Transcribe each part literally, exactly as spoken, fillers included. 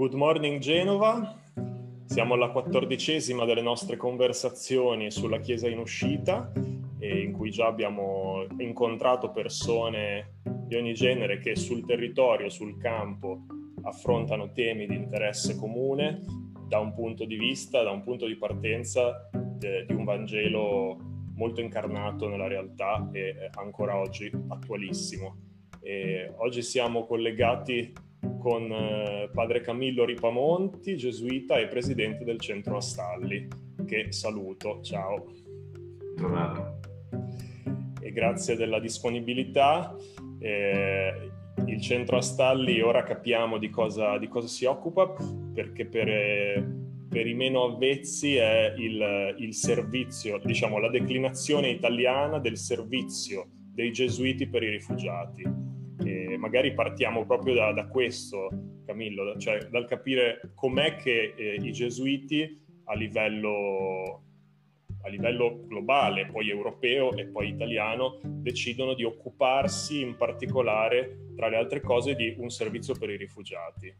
Good morning Genova, siamo alla quattordicesima delle nostre conversazioni sulla Chiesa in uscita, e in cui già abbiamo incontrato persone di ogni genere che sul territorio, sul campo, affrontano temi di interesse comune da un punto di vista, da un punto di partenza de, di un Vangelo molto incarnato nella realtà e ancora oggi attualissimo. E oggi siamo collegati con eh, padre Camillo Ripamonti, gesuita e presidente del Centro Astalli, che saluto. Ciao. Trovato. E grazie della disponibilità. Eh, il Centro Astalli, ora capiamo di cosa, di cosa si occupa, perché per, eh, per i meno avvezzi è il, il servizio, diciamo la declinazione italiana del servizio dei gesuiti per i rifugiati. E magari partiamo proprio da, da questo, Camillo, cioè dal capire com'è che eh, i gesuiti a livello, a livello globale, poi europeo e poi italiano, decidono di occuparsi in particolare, tra le altre cose, di un servizio per i rifugiati.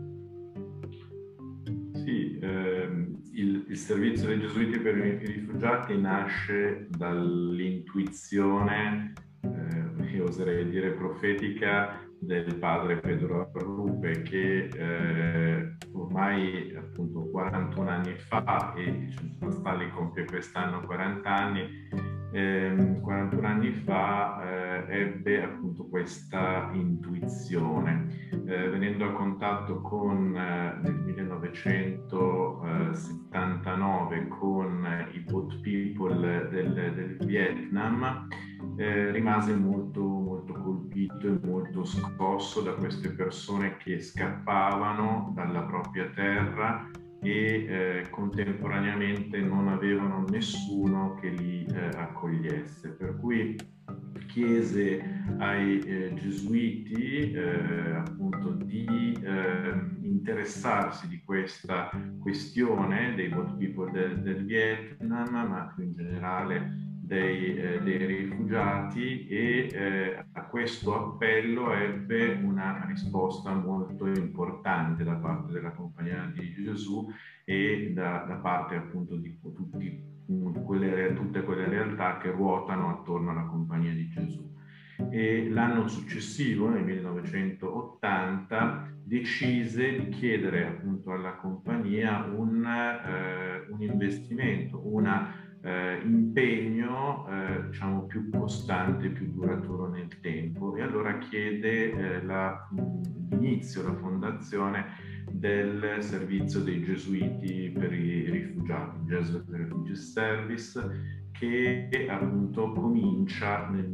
Sì, ehm, il, il servizio dei gesuiti per i rifugiati nasce dall'intuizione, eh, io oserei dire profetica, del padre Pedro Arrupe, che eh, ormai appunto quarantuno anni fa, e il Centro Astalli compie quest'anno quaranta anni, eh, quarantuno anni fa eh, ebbe appunto questa intuizione, eh, venendo a contatto con eh, nel millenovecentosettantanove con i Boat People del, del Vietnam. Eh, rimase molto, molto colpito e molto scosso da queste persone che scappavano dalla propria terra e eh, contemporaneamente non avevano nessuno che li eh, accogliesse. Per cui chiese ai eh, gesuiti eh, appunto di eh, interessarsi di questa questione dei Boat People del, del Vietnam, ma più in generale Dei, eh, dei rifugiati, e eh, a questo appello ebbe una risposta molto importante da parte della Compagnia di Gesù e da, da parte appunto di tutti, quelle, tutte quelle realtà che ruotano attorno alla Compagnia di Gesù. E l'anno successivo, nel millenovecentottanta, decise di chiedere appunto alla compagnia un, eh, un investimento, una Eh, impegno eh, diciamo più costante, più duraturo nel tempo, e allora chiede eh, la, l'inizio, la fondazione del servizio dei gesuiti per i rifugiati, Jesuit Refugee Service, che appunto comincia nel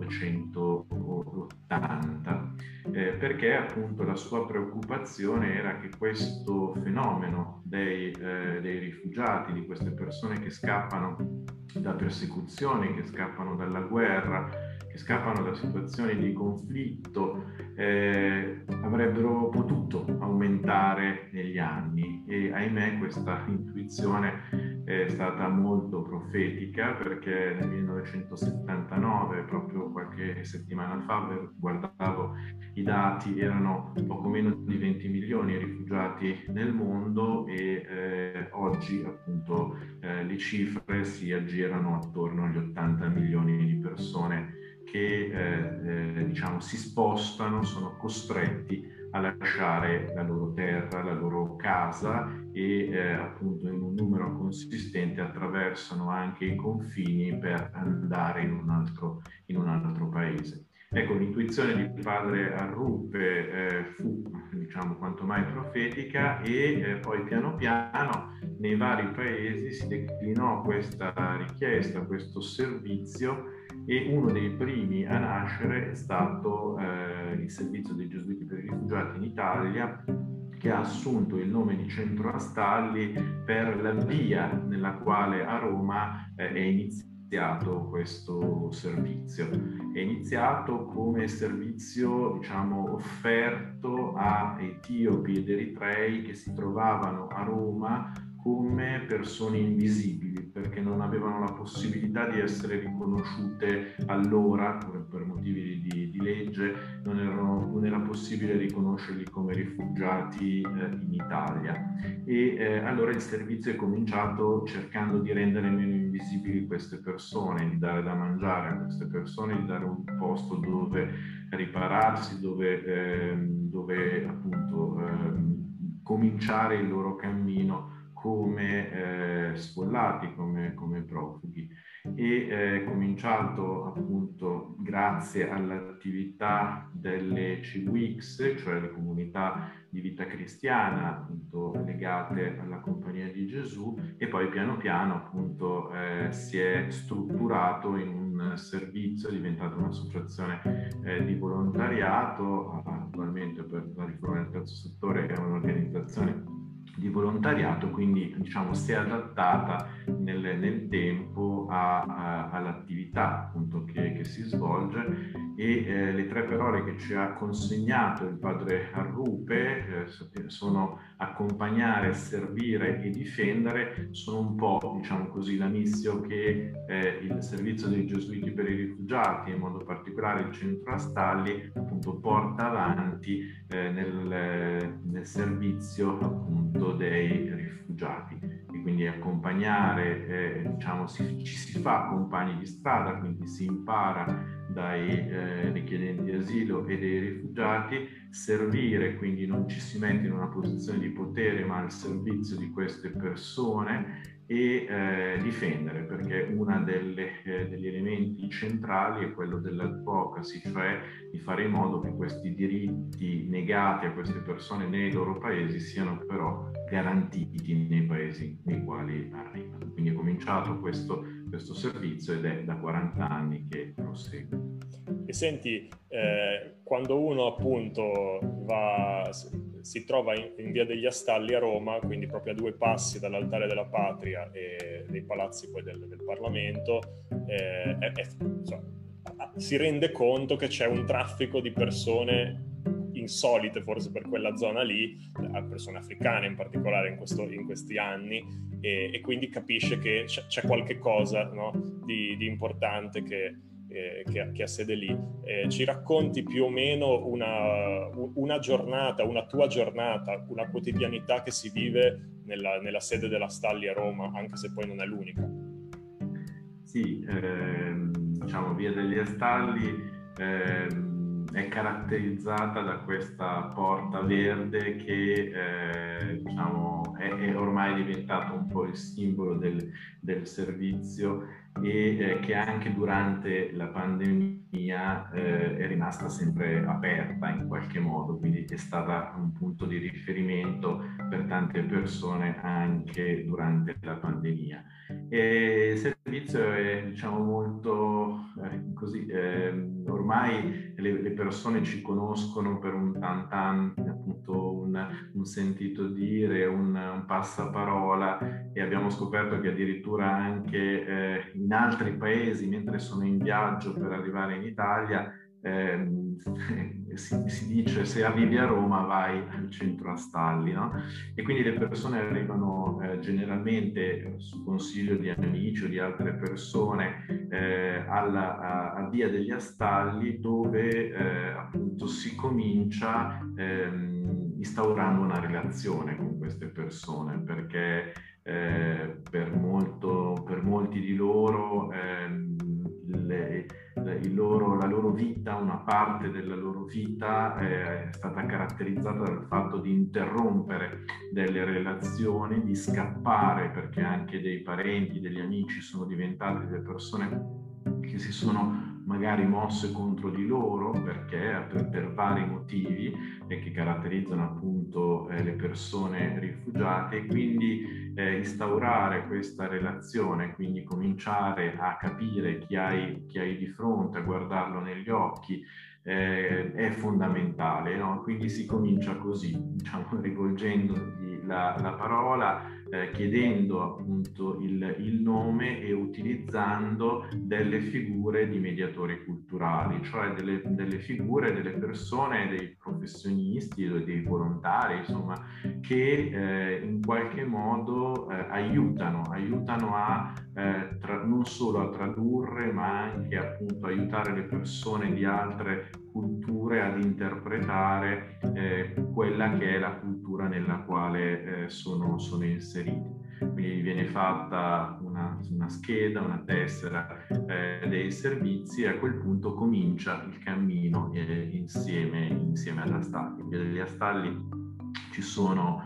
millenovecentottanta, eh, perché appunto la sua preoccupazione era che questo fenomeno dei, eh, dei rifugiati, di queste persone che scappano da persecuzioni, che scappano dalla guerra, che scappano da situazioni di conflitto, eh, avrebbero potuto aumentare negli anni, e ahimè questa intuizione è stata molto profetica, perché nel millenovecentosettantanove, proprio qualche settimana fa, guardavo i dati, erano poco meno di venti milioni i rifugiati nel mondo, e eh, oggi appunto eh, le cifre si aggirano attorno agli ottanta milioni di persone che eh, eh, diciamo si spostano, sono costretti a lasciare la loro terra, la loro casa, e eh, appunto in un numero consistente attraversano anche i confini per andare in un altro, in un altro paese. Ecco, l'intuizione di padre Arrupe eh, fu, diciamo, quanto mai profetica, e eh, poi piano piano nei vari paesi si declinò questa richiesta, questo servizio, e uno dei primi a nascere è stato eh, il servizio dei gesuiti per i rifugiati in Italia, che ha assunto il nome di Centro Astalli per la via nella quale a Roma eh, è iniziato questo servizio. È iniziato come servizio, diciamo, offerto a etiopi ed eritrei che si trovavano a Roma come persone invisibili, perché non avevano la possibilità di essere riconosciute allora, per motivi di, di legge, non, erano, non era possibile riconoscerli come rifugiati eh, in Italia. E eh, allora il servizio è cominciato cercando di rendere meno invisibili queste persone, di dare da mangiare a queste persone, di dare un posto dove ripararsi, dove, eh, dove appunto eh, cominciare il loro cammino come eh, sfollati, come, come profughi. E è cominciato appunto grazie all'attività delle C W X, cioè le comunità di vita cristiana appunto legate alla Compagnia di Gesù, e poi piano piano appunto eh, si è strutturato in un servizio, è diventata un'associazione eh, di volontariato. Attualmente per la riforma del terzo settore è un'organizzazione di volontariato, quindi diciamo si è adattata nel, nel tempo a, a, all'attività appunto che, che si svolge. E eh, le tre parole che ci ha consegnato il padre Arrupe eh, sono accompagnare, servire e difendere. Sono un po', diciamo così, la missione che eh, il servizio dei Gesuiti per i rifugiati, in modo particolare il centro Astalli, appunto porta avanti eh, nel, nel servizio appunto dei rifugiati. E quindi accompagnare, eh, diciamo, si, ci si fa compagni di strada, quindi si impara dai eh, richiedenti asilo e dei rifugiati, servire, quindi non ci si mette in una posizione di potere ma al servizio di queste persone, e eh, difendere, perché uno eh, degli elementi centrali è quello dell'advocacy, cioè di fare in modo che questi diritti negati a queste persone nei loro paesi siano però garantiti nei paesi nei quali arrivano. Quindi è cominciato questo, questo servizio ed è da quaranta anni che prosegue. E senti, eh, quando uno appunto va, si trova in, in via degli Astalli a Roma, quindi proprio a due passi dall'Altare della Patria e dei palazzi poi del, del Parlamento, eh, è, è, insomma, si rende conto che c'è un traffico di persone insolite forse per quella zona lì, persone africane in particolare in, questo, in questi anni, e, e quindi capisce che c'è, c'è qualche cosa, no, di, di importante che Eh, che, che ha sede lì. Eh, ci racconti più o meno una, una giornata, una tua giornata, una quotidianità che si vive nella, nella sede della Stalli a Roma, anche se poi non è l'unica? Sì, ehm, diciamo via degli Astalli ehm, è caratterizzata da questa porta verde che eh, diciamo è, è ormai diventato un po' il simbolo del, del servizio, e eh, che anche durante la pandemia eh, è rimasta sempre aperta in qualche modo, quindi è stata un punto di riferimento per tante persone anche durante la pandemia. E il servizio è, diciamo, molto eh, così, eh, ormai le, le persone ci conoscono per un tantan, appunto un, un sentito dire, un, un passaparola, e abbiamo scoperto che addirittura anche eh, in altri paesi, mentre sono in viaggio per arrivare in Italia, eh, si, si dice: se arrivi a Roma vai al centro Astalli, no? E quindi le persone arrivano eh, generalmente su consiglio di amici o di altre persone eh, alla, a, a via degli Astalli, dove eh, appunto si comincia ehm, instaurando una relazione con queste persone, perché eh, per, molto, per molti di loro ehm, le, il loro, la loro vita, una parte della loro vita eh, è stata caratterizzata dal fatto di interrompere delle relazioni, di scappare, perché anche dei parenti, degli amici sono diventati delle persone che si sono magari mosse contro di loro, perché per, per vari motivi eh, che caratterizzano appunto eh, le persone rifugiate, e quindi eh, instaurare questa relazione, quindi cominciare a capire chi hai, chi hai di fronte, a guardarlo negli occhi, eh, è fondamentale, no? Quindi si comincia così, diciamo, rivolgendogli la, la parola, eh, chiedendo appunto il, il nome e utilizzando delle figure di mediatori culturali, cioè delle, delle figure delle persone, dei professori professionisti o dei volontari, insomma, che eh, in qualche modo eh, aiutano, aiutano a eh, tra, non solo a tradurre, ma anche appunto aiutare le persone di altre culture ad interpretare eh, quella che è la cultura nella quale eh, sono, sono inseriti. Quindi viene fatta una, una scheda, una tessera eh, dei servizi, e a quel punto comincia il cammino eh, insieme, insieme ad Astalli. In Via degli Astalli ci sono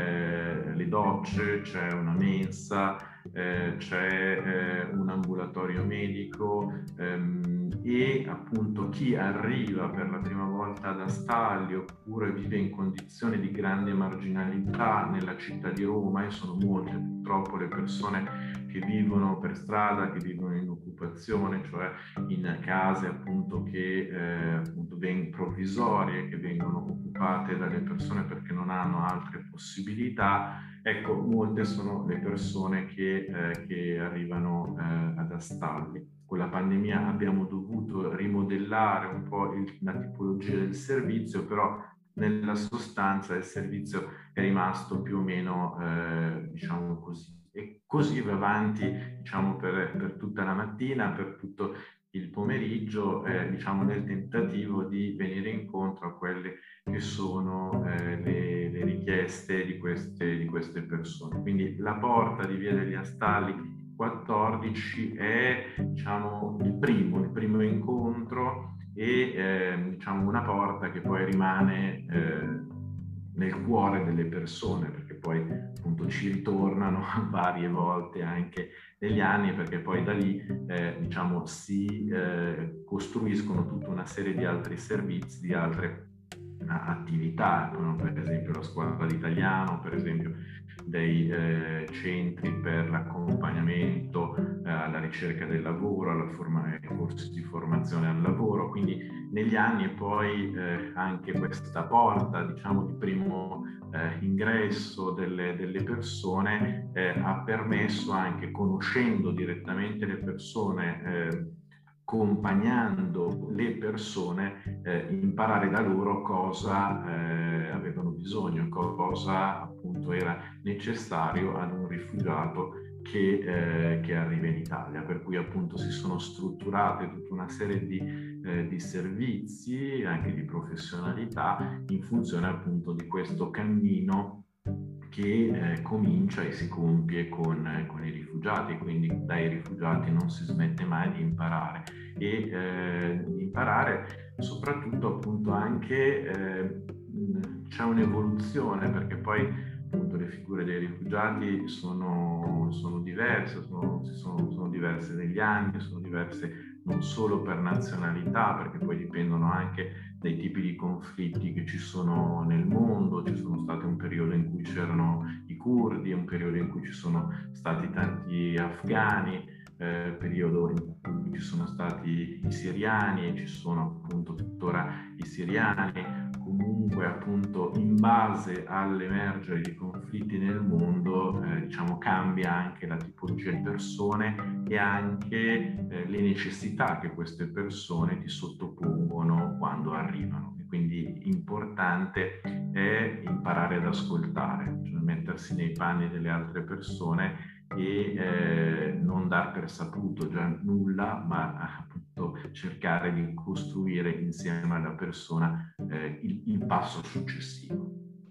eh, le docce, c'è una mensa, eh, c'è eh, un ambulatorio medico ehm, e appunto chi arriva per la prima volta ad Astalli oppure vive in condizioni di grande marginalità nella città di Roma, e sono molte purtroppo le persone che vivono per strada, che vivono in occupazione, cioè in case appunto che eh, appunto vengono provvisorie, che vengono occupate dalle persone perché non hanno altre possibilità. Ecco, molte sono le persone che, eh, che arrivano eh, ad Astalli. Con la pandemia abbiamo dovuto rimodellare un po' il, la tipologia del servizio, però nella sostanza il servizio è rimasto più o meno, eh, diciamo così. E così va avanti, diciamo, per, per tutta la mattina, per tutto il pomeriggio, eh, diciamo, nel tentativo di venire incontro a quelle che sono eh, le, le richieste di queste, di queste persone. Quindi la porta di Via degli Astalli quattordici è, diciamo, il primo, il primo incontro e eh, diciamo una porta che poi rimane eh, nel cuore delle persone, perché poi appunto ci ritornano varie volte anche negli anni, perché poi da lì eh, diciamo si eh, costruiscono tutta una serie di altri servizi, di altre attività, no? Per esempio la scuola di italiano, per esempio dei eh, centri per l'accompagnamento eh, alla ricerca del lavoro, alla forma- corsi di formazione al lavoro. Quindi negli anni poi eh, anche questa porta, diciamo, di primo eh, ingresso delle, delle persone eh, ha permesso, anche conoscendo direttamente le persone, eh, accompagnando le persone, eh, imparare da loro cosa eh, avevano bisogno, cosa appunto era necessario ad un rifugiato che, eh, che arriva in Italia, per cui appunto si sono strutturate tutta una serie di, eh, di servizi, anche di professionalità, in funzione appunto di questo cammino che eh, comincia e si compie con, eh, con i rifugiati. Quindi dai rifugiati non si smette mai di imparare e eh, di imparare soprattutto appunto anche eh, c'è un'evoluzione, perché poi appunto le figure dei rifugiati sono, sono diverse, sono, sono, sono diverse negli anni, sono diverse non solo per nazionalità, perché poi dipendono anche dai tipi di conflitti che ci sono nel mondo. Ci sono stati un periodo in cui c'erano i curdi, un periodo in cui ci sono stati tanti afghani, eh, periodo in cui ci sono stati i siriani e ci sono appunto tuttora i siriani. Comunque appunto in base all'emergere di conflitti nel mondo eh, diciamo cambia anche la tipologia di persone e anche eh, le necessità che queste persone ti sottopongono quando arrivano. E quindi importante è imparare ad ascoltare, cioè mettersi nei panni delle altre persone e eh, non dar per saputo già nulla, ma appunto cercare di costruire insieme alla persona eh, il, il passo successivo.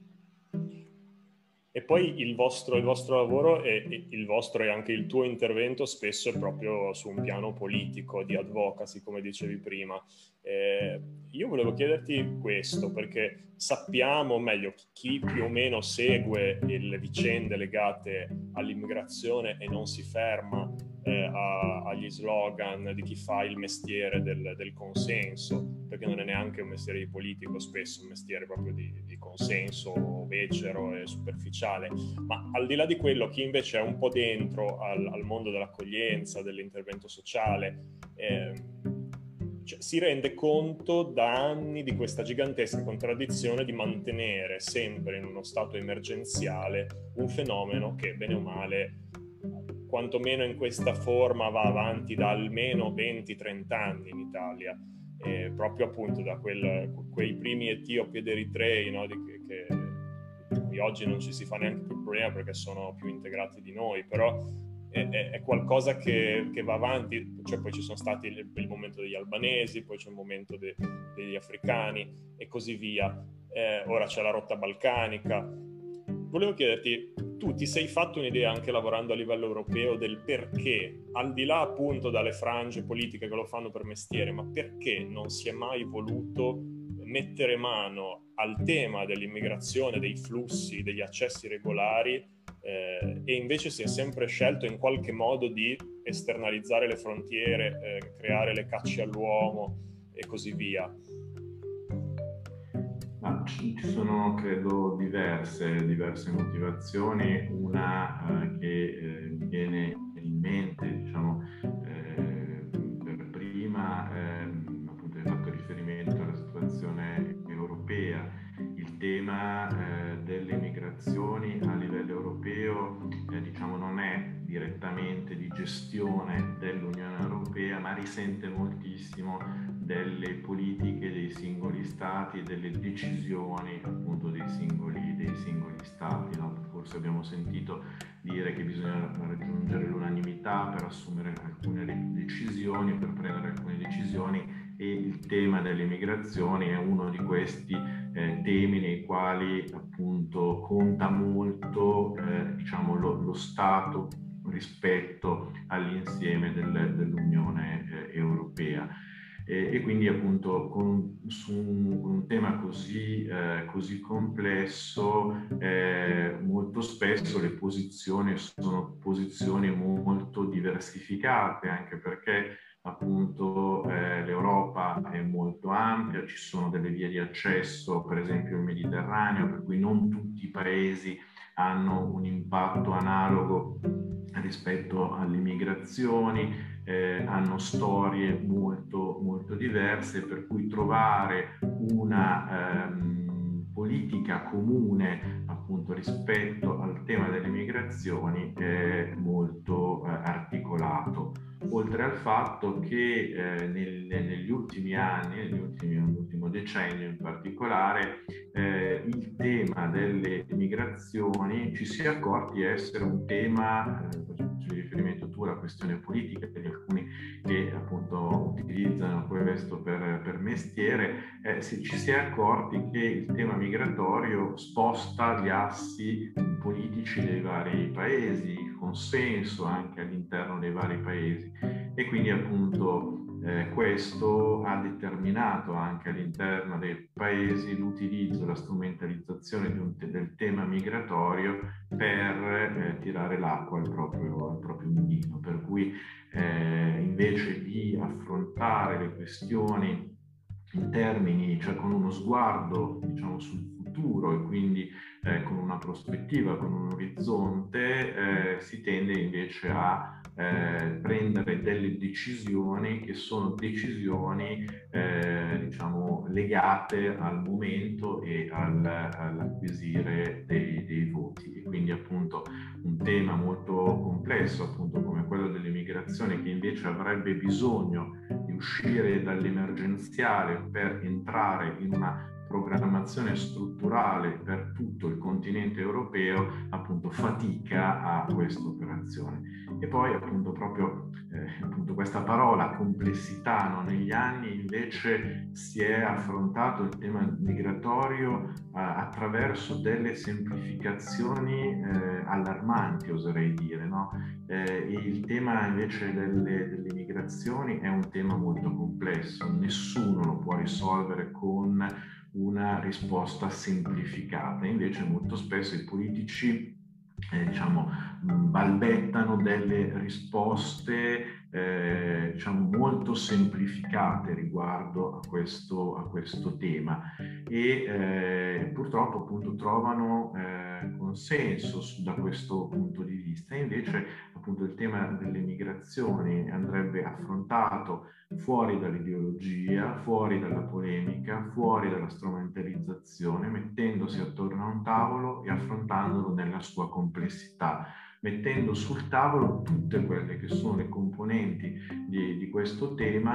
E poi il vostro, il vostro lavoro e il vostro e anche il tuo intervento spesso è proprio su un piano politico, di advocacy, come dicevi prima. Eh, io volevo chiederti questo, perché sappiamo, meglio, chi più o meno segue le vicende legate all'immigrazione e non si ferma eh, a, agli slogan di chi fa il mestiere del, del consenso, perché non è neanche un mestiere di politico, spesso un mestiere proprio di, di consenso becero e superficiale. Ma al di là di quello, chi invece è un po' dentro al, al mondo dell'accoglienza, dell'intervento sociale, eh, cioè, si rende conto da anni di questa gigantesca contraddizione di mantenere sempre in uno stato emergenziale un fenomeno che, bene o male, quantomeno in questa forma va avanti da almeno venti trenta anni in Italia. eh, proprio appunto da quel, quei primi etiopi ed eritrei, no, di, che, di cui oggi non ci si fa neanche più problema perché sono più integrati di noi, però è, è, è qualcosa che, che va avanti. Cioè, poi ci sono stati il, il momento degli albanesi, poi c'è il momento de, degli africani e così via. Eh, ora c'è la rotta balcanica. Volevo chiederti, tu ti sei fatto un'idea anche lavorando a livello europeo del perché, al di là appunto dalle frange politiche che lo fanno per mestiere, ma perché non si è mai voluto mettere mano al tema dell'immigrazione, dei flussi, degli accessi regolari, eh, e invece si è sempre scelto in qualche modo di esternalizzare le frontiere, eh, creare le cacce all'uomo e così via? Ma ci sono, credo, diverse, diverse motivazioni. Una eh, che eh, viene in mente, diciamo, eh, per prima, eh, appunto, hai fatto riferimento alla situazione europea. Il tema eh, delle migrazioni a livello europeo, eh, diciamo, non è direttamente di gestione dell'Unione Europea, ma risente moltissimo delle politiche dei singoli stati e delle decisioni appunto dei singoli, dei singoli stati, no? Forse abbiamo sentito dire che bisogna raggiungere l'unanimità per assumere alcune decisioni, per prendere alcune decisioni, e il tema delle migrazioni è uno di questi eh, temi nei quali appunto conta molto eh, diciamo lo, lo Stato rispetto all'insieme del, dell'Unione eh, Europea. E, e quindi appunto con, su un, un tema così, eh, così complesso eh, molto spesso le posizioni sono posizioni molto diversificate, anche perché appunto eh, l'Europa è molto ampia, ci sono delle vie di accesso, per esempio il Mediterraneo, per cui non tutti i paesi hanno un impatto analogo rispetto alle migrazioni, eh, hanno storie molto, molto diverse, per cui trovare una ehm, politica comune appunto rispetto al tema delle migrazioni è molto eh, articolato. Oltre al fatto che eh, nel, negli ultimi anni, negli ultimi, nell'ultimo decennio in particolare, eh, il tema delle migrazioni ci si è accorti essere un tema, eh, facevi riferimento tu alla questione politica di alcuni che appunto utilizzano questo per, per mestiere, eh, si, ci si è accorti che il tema migratorio sposta gli assi politici dei vari paesi, il consenso anche all'interno dei vari paesi, e quindi appunto eh, questo ha determinato anche all'interno dei paesi l'utilizzo, la strumentalizzazione di un te- del tema migratorio per eh, tirare l'acqua al proprio, al proprio mulino, per cui eh, invece di affrontare le questioni in termini, cioè con uno sguardo diciamo sul futuro e quindi eh, con una prospettiva, con un orizzonte, eh, si tende invece a eh, prendere delle decisioni che sono decisioni eh, diciamo legate al momento e al, all'acquisire dei, dei voti. E quindi appunto un tema molto complesso appunto come quello delle migrazioni, che invece avrebbe bisogno di uscire dall'emergenziale per entrare in una programmazione strutturale per tutto il continente europeo, appunto fatica a questa operazione. E poi appunto proprio eh, appunto questa parola complessità, no? Negli anni invece si è affrontato il tema migratorio eh, attraverso delle semplificazioni eh, allarmanti, oserei dire, no? Eh, il tema invece delle, delle migrazioni è un tema molto complesso, nessuno lo può risolvere con una risposta semplificata, invece molto spesso i politici eh, diciamo balbettano delle risposte eh, diciamo molto semplificate riguardo a questo, a questo tema, e eh, purtroppo appunto trovano eh, consenso su, da questo punto di vista. E invece appunto il tema delle migrazioni andrebbe affrontato fuori dall'ideologia, fuori dalla polemica, fuori dalla strumentalizzazione, mettendosi attorno a un tavolo e affrontandolo nella sua complessità, mettendo sul tavolo tutte quelle che sono le componenti di, di questo tema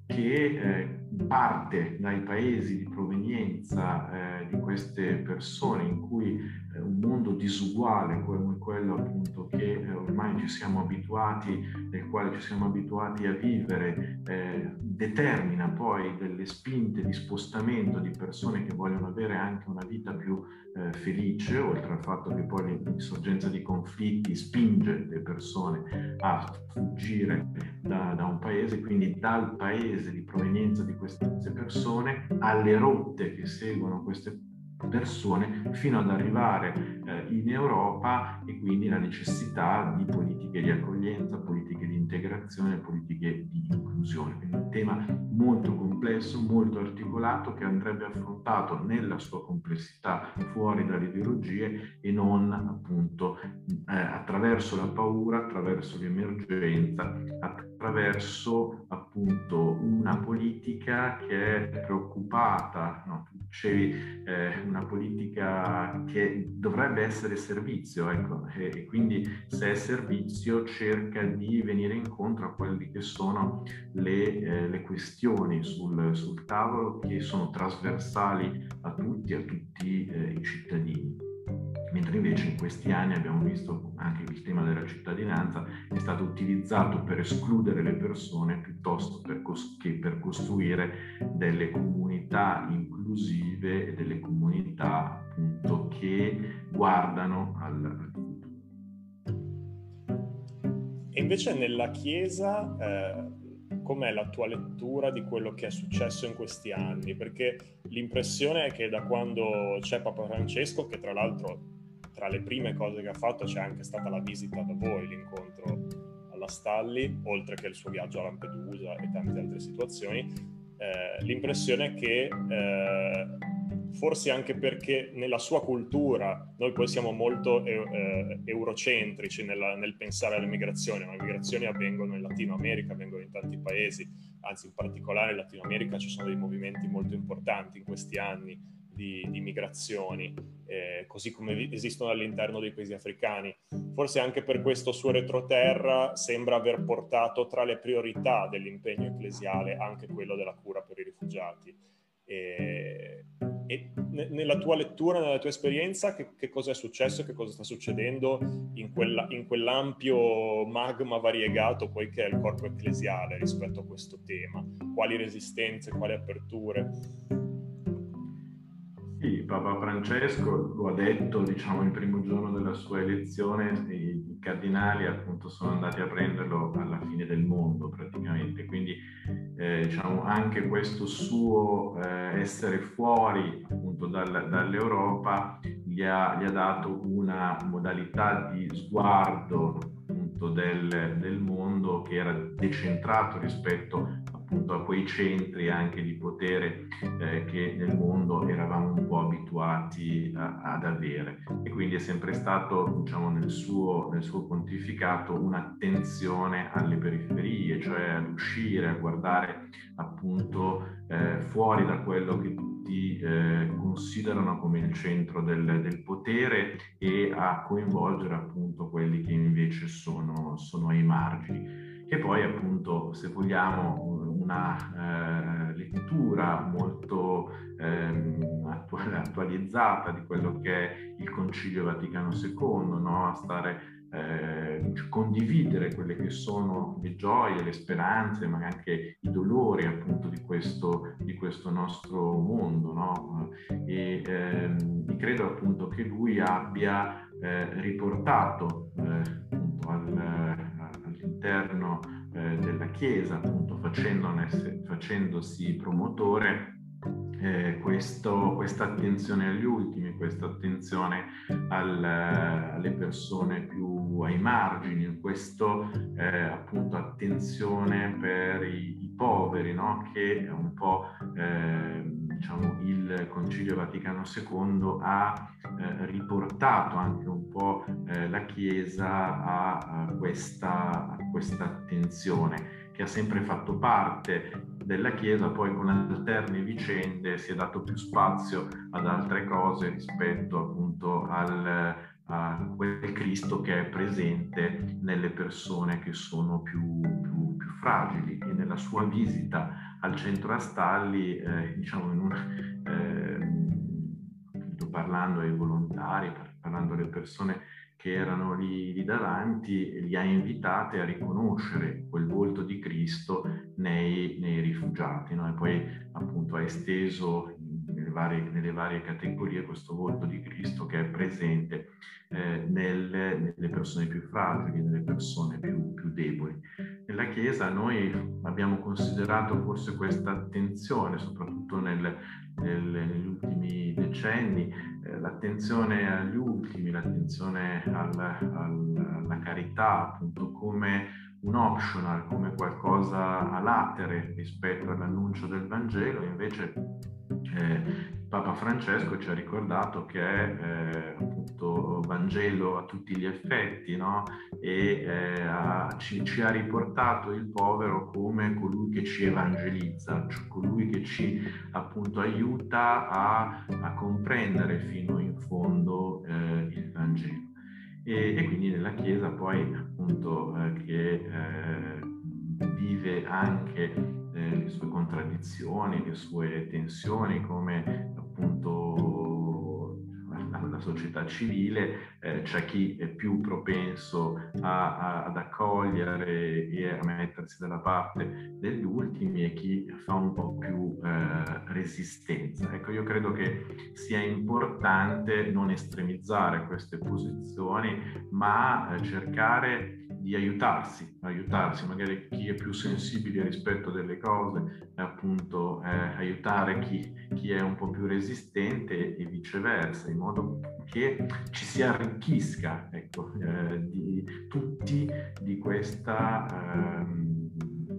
che eh, parte dai paesi di provenienza eh, di queste persone, in cui eh, un mondo disuguale come quello appunto che eh, ormai ci siamo abituati, nel quale ci siamo abituati a vivere, eh, determina poi delle spinte di spostamento di persone che vogliono avere anche una vita più eh, felice, oltre al fatto che poi l'insorgenza di conflitti spinge le persone a fuggire da, da un paese, quindi dal paese di provenienza di queste persone alle rotte che seguono queste persone fino ad arrivare eh, in Europa, e quindi la necessità di politiche di accoglienza, politiche di integrazione, politiche di inclusione. Quindi un tema molto complesso, molto articolato, che andrebbe affrontato nella sua complessità fuori dalle ideologie e non appunto eh, attraverso la paura, attraverso l'emergenza, attraverso appunto una politica che è preoccupata, no? Dicevi, eh, una politica che dovrebbe essere servizio, ecco, e, e quindi se è servizio cerca di venire incontro a quelle che sono le, eh, le questioni sul, sul tavolo, che sono trasversali a tutti, a tutti eh, i cittadini. Mentre invece in questi anni abbiamo visto anche il tema della cittadinanza è stato utilizzato per escludere le persone piuttosto per cos- che per costruire delle comunità inclusive e delle comunità appunto che guardano al, al futuro. E invece nella Chiesa eh, com'è la tua lettura di quello che è successo in questi anni? Perché l'impressione è che da quando c'è Papa Francesco, che tra l'altro tra le prime cose che ha fatto c'è anche stata la visita da voi, l'incontro alla Stalli, oltre che il suo viaggio a Lampedusa e tante altre situazioni, eh, l'impressione è che eh, forse anche perché nella sua cultura noi poi siamo molto eh, eurocentrici nella, nel pensare alle migrazioni, ma le migrazioni avvengono in Latino America, avvengono in tanti paesi, anzi in particolare in Latino America ci sono dei movimenti molto importanti in questi anni di, di migrazioni, eh, così come esistono all'interno dei paesi africani. Forse anche per questo suo retroterra sembra aver portato tra le priorità dell'impegno ecclesiale anche quello della cura per i rifugiati. E, e nella tua lettura, nella tua esperienza, che, che cosa è successo e che cosa sta succedendo in, quella, in quell'ampio magma variegato poi che è il corpo ecclesiale rispetto a questo tema? Quali resistenze, quali aperture? Sì, Papa Francesco lo ha detto, diciamo, il primo giorno della sua elezione, i, i cardinali appunto sono andati a prenderlo alla fine del mondo praticamente, quindi eh, diciamo anche questo suo eh, essere fuori appunto dal, dall'Europa gli ha, gli ha dato una modalità di sguardo appunto del, del mondo che era decentrato rispetto appunto a quei centri anche di potere eh, che nel mondo eravamo un po' abituati a, ad avere, e quindi è sempre stato, diciamo, nel suo, nel suo pontificato un'attenzione alle periferie, cioè ad uscire, a guardare appunto eh, fuori da quello che tutti eh, considerano come il centro del, del potere, e a coinvolgere appunto quelli che invece sono, sono ai margini. Che poi appunto, se vogliamo, una eh, lettura molto ehm, attualizzata di quello che è il Concilio Vaticano secondo, no? A stare eh, condividere quelle che sono le gioie, le speranze, ma anche i dolori appunto di questo, di questo nostro mondo, no? E ehm, credo appunto che lui abbia eh, riportato eh, appunto al, all'interno eh, della Chiesa, appunto facendosi promotore eh, questo, questa attenzione agli ultimi, questa attenzione al, alle persone più ai margini, questo eh, appunto attenzione per i, i poveri, no? Che è un po' eh, diciamo il Concilio Vaticano secondo ha eh, riportato anche un po' eh, la Chiesa a, a questa a questa attenzione che ha sempre fatto parte della Chiesa, poi con alterne vicende si è dato più spazio ad altre cose rispetto appunto al, a quel Cristo che è presente nelle persone che sono più, più, più fragili. E nella sua visita al centro Astalli, eh, diciamo in un, eh, parlando ai volontari, parlando alle persone che erano lì, lì davanti, li ha invitate a riconoscere quel volto di Cristo nei, nei rifugiati, no? E poi appunto ha esteso nelle varie, nelle varie categorie questo volto di Cristo che è presente eh, nelle, nelle persone più fragili, nelle persone più, più deboli. Nella Chiesa noi abbiamo considerato forse questa attenzione, soprattutto nel, nel, negli ultimi decenni, eh, l'attenzione agli ultimi, l'attenzione al, al, alla carità, appunto come un optional, come qualcosa a latere rispetto all'annuncio del Vangelo. Invece eh, Papa Francesco ci ha ricordato che è eh, appunto Vangelo a tutti gli effetti, no? E eh, ha, ci, ci ha riportato il povero come colui che ci evangelizza, cioè colui che ci appunto aiuta a, a comprendere fino in fondo eh, il Vangelo. E, e quindi nella Chiesa poi appunto eh, che eh, vive anche eh, le sue contraddizioni, le sue tensioni, come appunto la, la società civile, eh, c'è chi è più propenso a, a, ad accogliere e a mettersi dalla parte degli ultimi e chi fa un po' più eh, resistenza. Ecco, io credo che sia importante non estremizzare queste posizioni, ma eh, cercare di aiutarsi, aiutarsi, magari chi è più sensibile rispetto delle cose, appunto eh, aiutare chi, chi è un po' più resistente e viceversa, in modo che ci si arricchisca, ecco, eh, di tutti di questa ehm,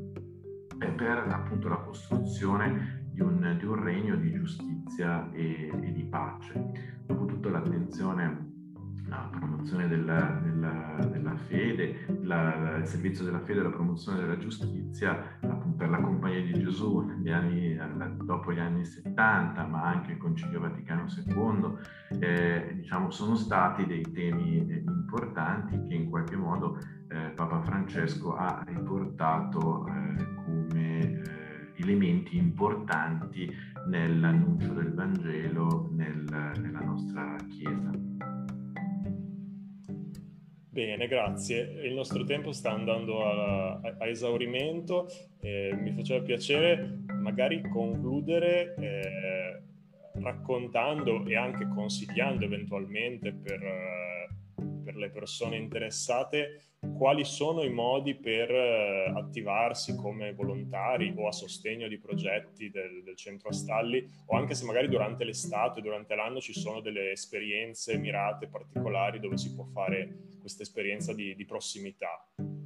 per appunto la costruzione di un, di un regno di giustizia e, e di pace. Dopotutto l'attenzione, la promozione della, della, della fede, la, il servizio della fede e la promozione della giustizia appunto, per la Compagnia di Gesù negli anni, dopo gli anni settanta, ma anche il Concilio Vaticano secondo, eh, diciamo, sono stati dei temi importanti che in qualche modo eh, Papa Francesco ha riportato eh, come eh, elementi importanti nell'annuncio del Vangelo nel, nella nostra Chiesa. Bene, grazie. Il nostro tempo sta andando a, a, a esaurimento. Eh, mi faceva piacere magari concludere eh, raccontando e anche consigliando eventualmente per, per le persone interessate quali sono i modi per uh, attivarsi come volontari o a sostegno di progetti del, del Centro Astalli, o anche se magari durante l'estate, durante l'anno ci sono delle esperienze mirate particolari dove si può fare questa esperienza di, di prossimità.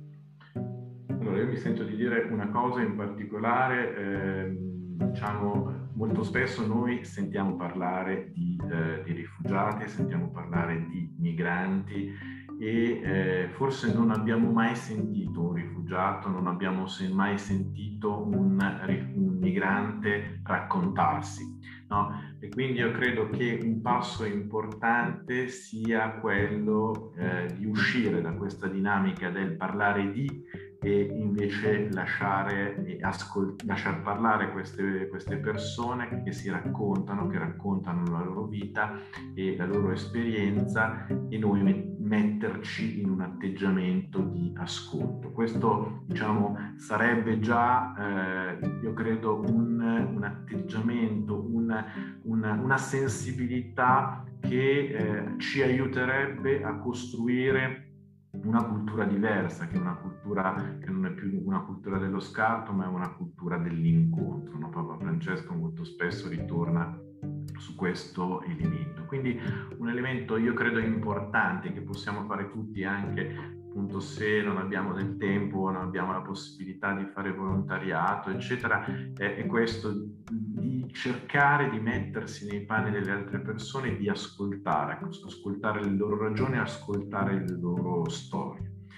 Allora, io mi sento di dire una cosa in particolare, eh, diciamo, molto spesso noi sentiamo parlare di, eh, di rifugiati, sentiamo parlare di migranti, e eh, forse non abbiamo mai sentito un rifugiato, non abbiamo mai sentito un, un migrante raccontarsi, no? E quindi io credo che un passo importante sia quello eh, di uscire da questa dinamica del parlare di e invece lasciare, e ascol- lasciar parlare queste, queste persone che si raccontano, che raccontano la loro vita e la loro esperienza, e noi met- metterci in un atteggiamento di ascolto. Questo, diciamo, sarebbe già, eh, io credo, un, un atteggiamento, un, una, una sensibilità che eh, ci aiuterebbe a costruire una cultura diversa, che è una cultura che non è più una cultura dello scarto, ma è una cultura dell'incontro, no? Papa Francesco molto spesso ritorna su questo elemento. Quindi un elemento, io credo, importante che possiamo fare tutti, anche appunto se non abbiamo del tempo, non abbiamo la possibilità di fare volontariato, eccetera, è, è questo di cercare di mettersi nei panni delle altre persone, di ascoltare, ascoltare le loro ragioni, ascoltare le loro storie.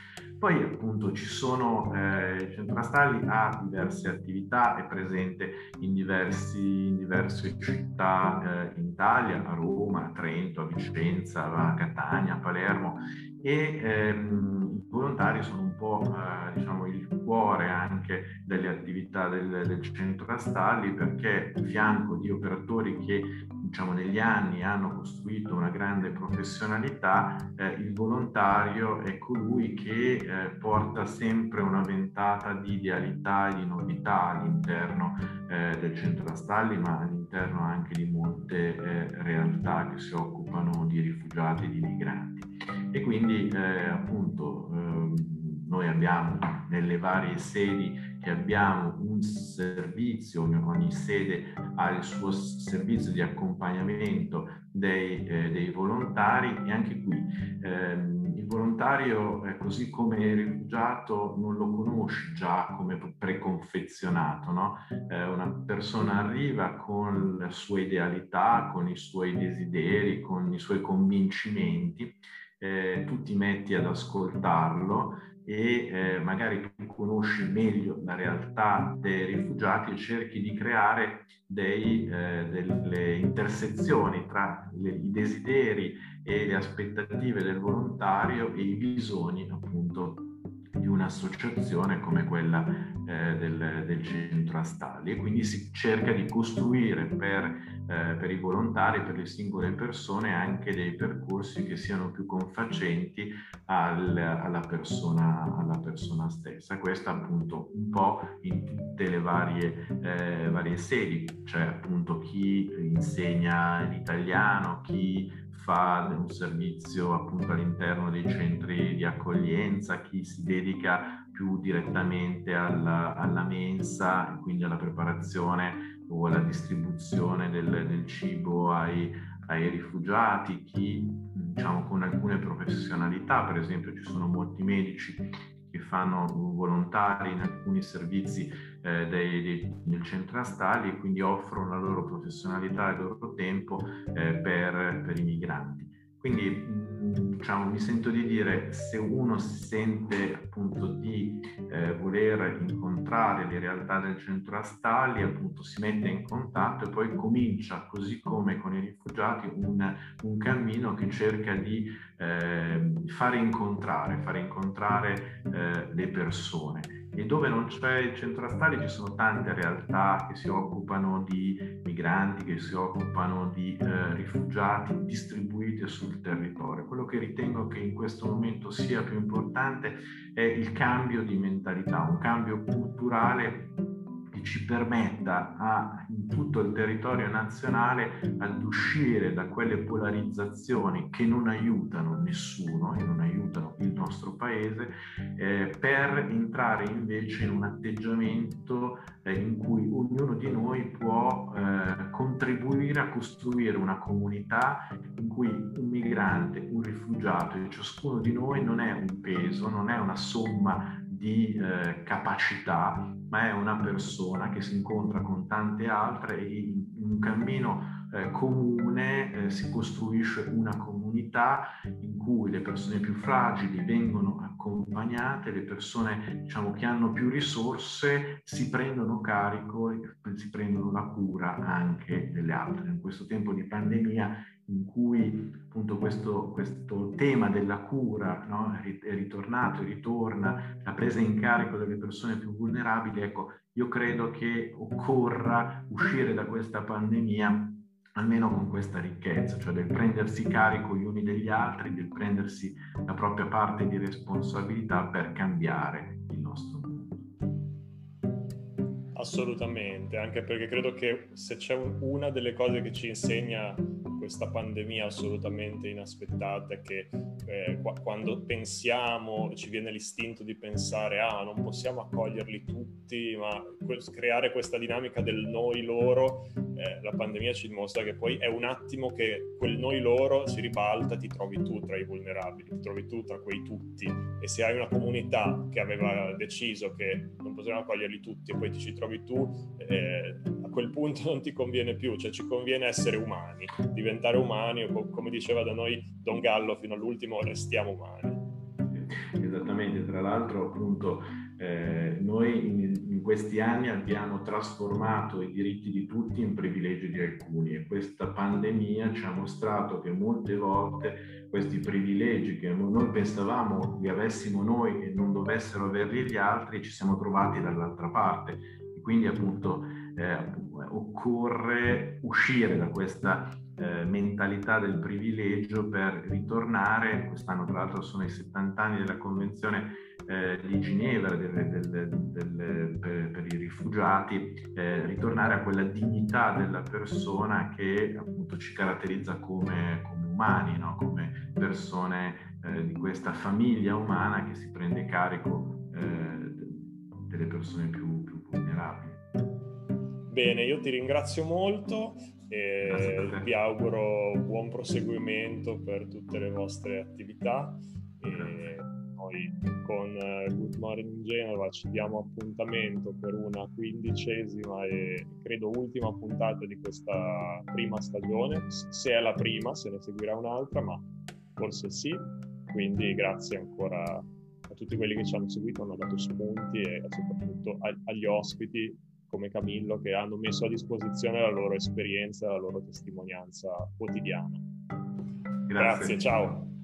Poi appunto ci sono, eh, il Centro Astalli ha diverse attività, è presente in, diversi, in diverse città eh, in Italia, a Roma, a Trento, a Vicenza, a Catania, a Palermo, e ehm, i volontari sono un po' eh, diciamo il cuore anche delle attività del, del Centro Astalli, perché a fianco di operatori che diciamo negli anni hanno costruito una grande professionalità, eh, il volontario è colui che eh, porta sempre una ventata di idealità e di novità all'interno eh, del Centro Astalli, ma all'interno anche di molte eh, realtà che si occupano di rifugiati e di migranti. E quindi eh, appunto eh, noi abbiamo nelle varie sedi che abbiamo un servizio, ogni sede ha il suo servizio di accompagnamento dei, eh, dei volontari, e anche qui ehm, il volontario, eh, così come il rifugiato, non lo conosci già come preconfezionato, no? Eh, una persona arriva con la sua idealità, con i suoi desideri, con i suoi convincimenti, eh, tu ti metti ad ascoltarlo e eh, magari tu conosci meglio la realtà dei rifugiati e cerchi di creare dei, eh, delle intersezioni tra le, i desideri e le aspettative del volontario e i bisogni appunto di un'associazione come quella eh, del, del Centro Astalli, e quindi si cerca di costruire per, eh, per i volontari, per le singole persone, anche dei percorsi che siano più confacenti al, alla, persona, alla persona stessa. Questo appunto un po' in tutte le varie, eh, varie sedi, cioè appunto chi insegna l'italiano, chi fa un servizio appunto all'interno dei centri di accoglienza, chi si dedica più direttamente alla, alla mensa, quindi alla preparazione o alla distribuzione del, del cibo ai, ai rifugiati, chi diciamo con alcune professionalità, per esempio ci sono molti medici che fanno volontari in alcuni servizi eh, dei, dei, del Centro Astalli, e quindi offrono la loro professionalità e il loro tempo eh, per, per i migranti. Quindi mh, diciamo, mi sento di dire, se uno si sente appunto di eh, voler incontrare le realtà del Centro Astalli, appunto si mette in contatto e poi comincia, così come con i rifugiati, un, un cammino che cerca di eh, fare incontrare, fare incontrare eh, le persone. E dove non c'è il Centro Astalli ci sono tante realtà che si occupano di migranti, che si occupano di eh, rifugiati distribuiti sul territorio. Quello che ritengo che in questo momento sia più importante è il cambio di mentalità, un cambio culturale che ci permetta a, in tutto il territorio nazionale ad uscire da quelle polarizzazioni che non aiutano nessuno e non aiutano il nostro paese, eh, per entrare invece in un atteggiamento eh, in cui ognuno di noi può eh, contribuire a costruire una comunità in cui un migrante, un rifugiato e ciascuno di noi non è un peso, non è una somma di eh, capacità, ma è una persona che si incontra con tante altre e in un cammino eh, comune eh, si costruisce una comunità in cui le persone più fragili vengono accompagnate, le persone diciamo che hanno più risorse si prendono carico e si prendono la cura anche delle altre. In questo tempo di pandemia in cui appunto questo, questo tema della cura, no, è ritornato e ritorna, la presa in carico delle persone più vulnerabili, ecco, io credo che occorra uscire da questa pandemia almeno con questa ricchezza, cioè del prendersi carico gli uni degli altri, del prendersi la propria parte di responsabilità per cambiare il nostro mondo. Assolutamente, anche perché credo che se c'è un, una delle cose che ci insegna questa pandemia assolutamente inaspettata è che eh, qu- quando pensiamo, ci viene l'istinto di pensare ah, non possiamo accoglierli tutti, ma que- creare questa dinamica del noi-loro, eh, la pandemia ci dimostra che poi è un attimo che quel noi-loro si ribalta, ti trovi tu tra i vulnerabili, ti trovi tu tra quei tutti, e se hai una comunità che aveva deciso che non potevano accoglierli tutti e poi ti ci trovi tu, eh, a quel punto non ti conviene più, cioè ci conviene essere umani, diventare umani, o come diceva da noi Don Gallo fino all'ultimo, restiamo umani. Esattamente, tra l'altro appunto eh, noi in, in questi anni abbiamo trasformato i diritti di tutti in privilegi di alcuni, e questa pandemia ci ha mostrato che molte volte questi privilegi che noi pensavamo li avessimo noi e non dovessero averli gli altri, ci siamo trovati dall'altra parte, e quindi appunto eh, occorre uscire da questa Eh, mentalità del privilegio per ritornare. Quest'anno tra l'altro sono i settanta anni della Convenzione eh, di Ginevra del, del, del, per, per i rifugiati, eh, ritornare a quella dignità della persona che appunto ci caratterizza come, come umani, no? Come persone eh, di questa famiglia umana che si prende carico eh, delle persone più, più vulnerabili. Bene, io ti ringrazio molto e vi auguro buon proseguimento per tutte le vostre attività, e noi con Good Morning Genova ci diamo appuntamento per una quindicesima e credo ultima puntata di questa prima stagione, se è la prima, se ne seguirà un'altra, ma forse sì, quindi grazie ancora a tutti quelli che ci hanno seguito, hanno dato spunti, e soprattutto agli ospiti come Camillo, che hanno messo a disposizione la loro esperienza, la loro testimonianza quotidiana. Grazie, Grazie ciao.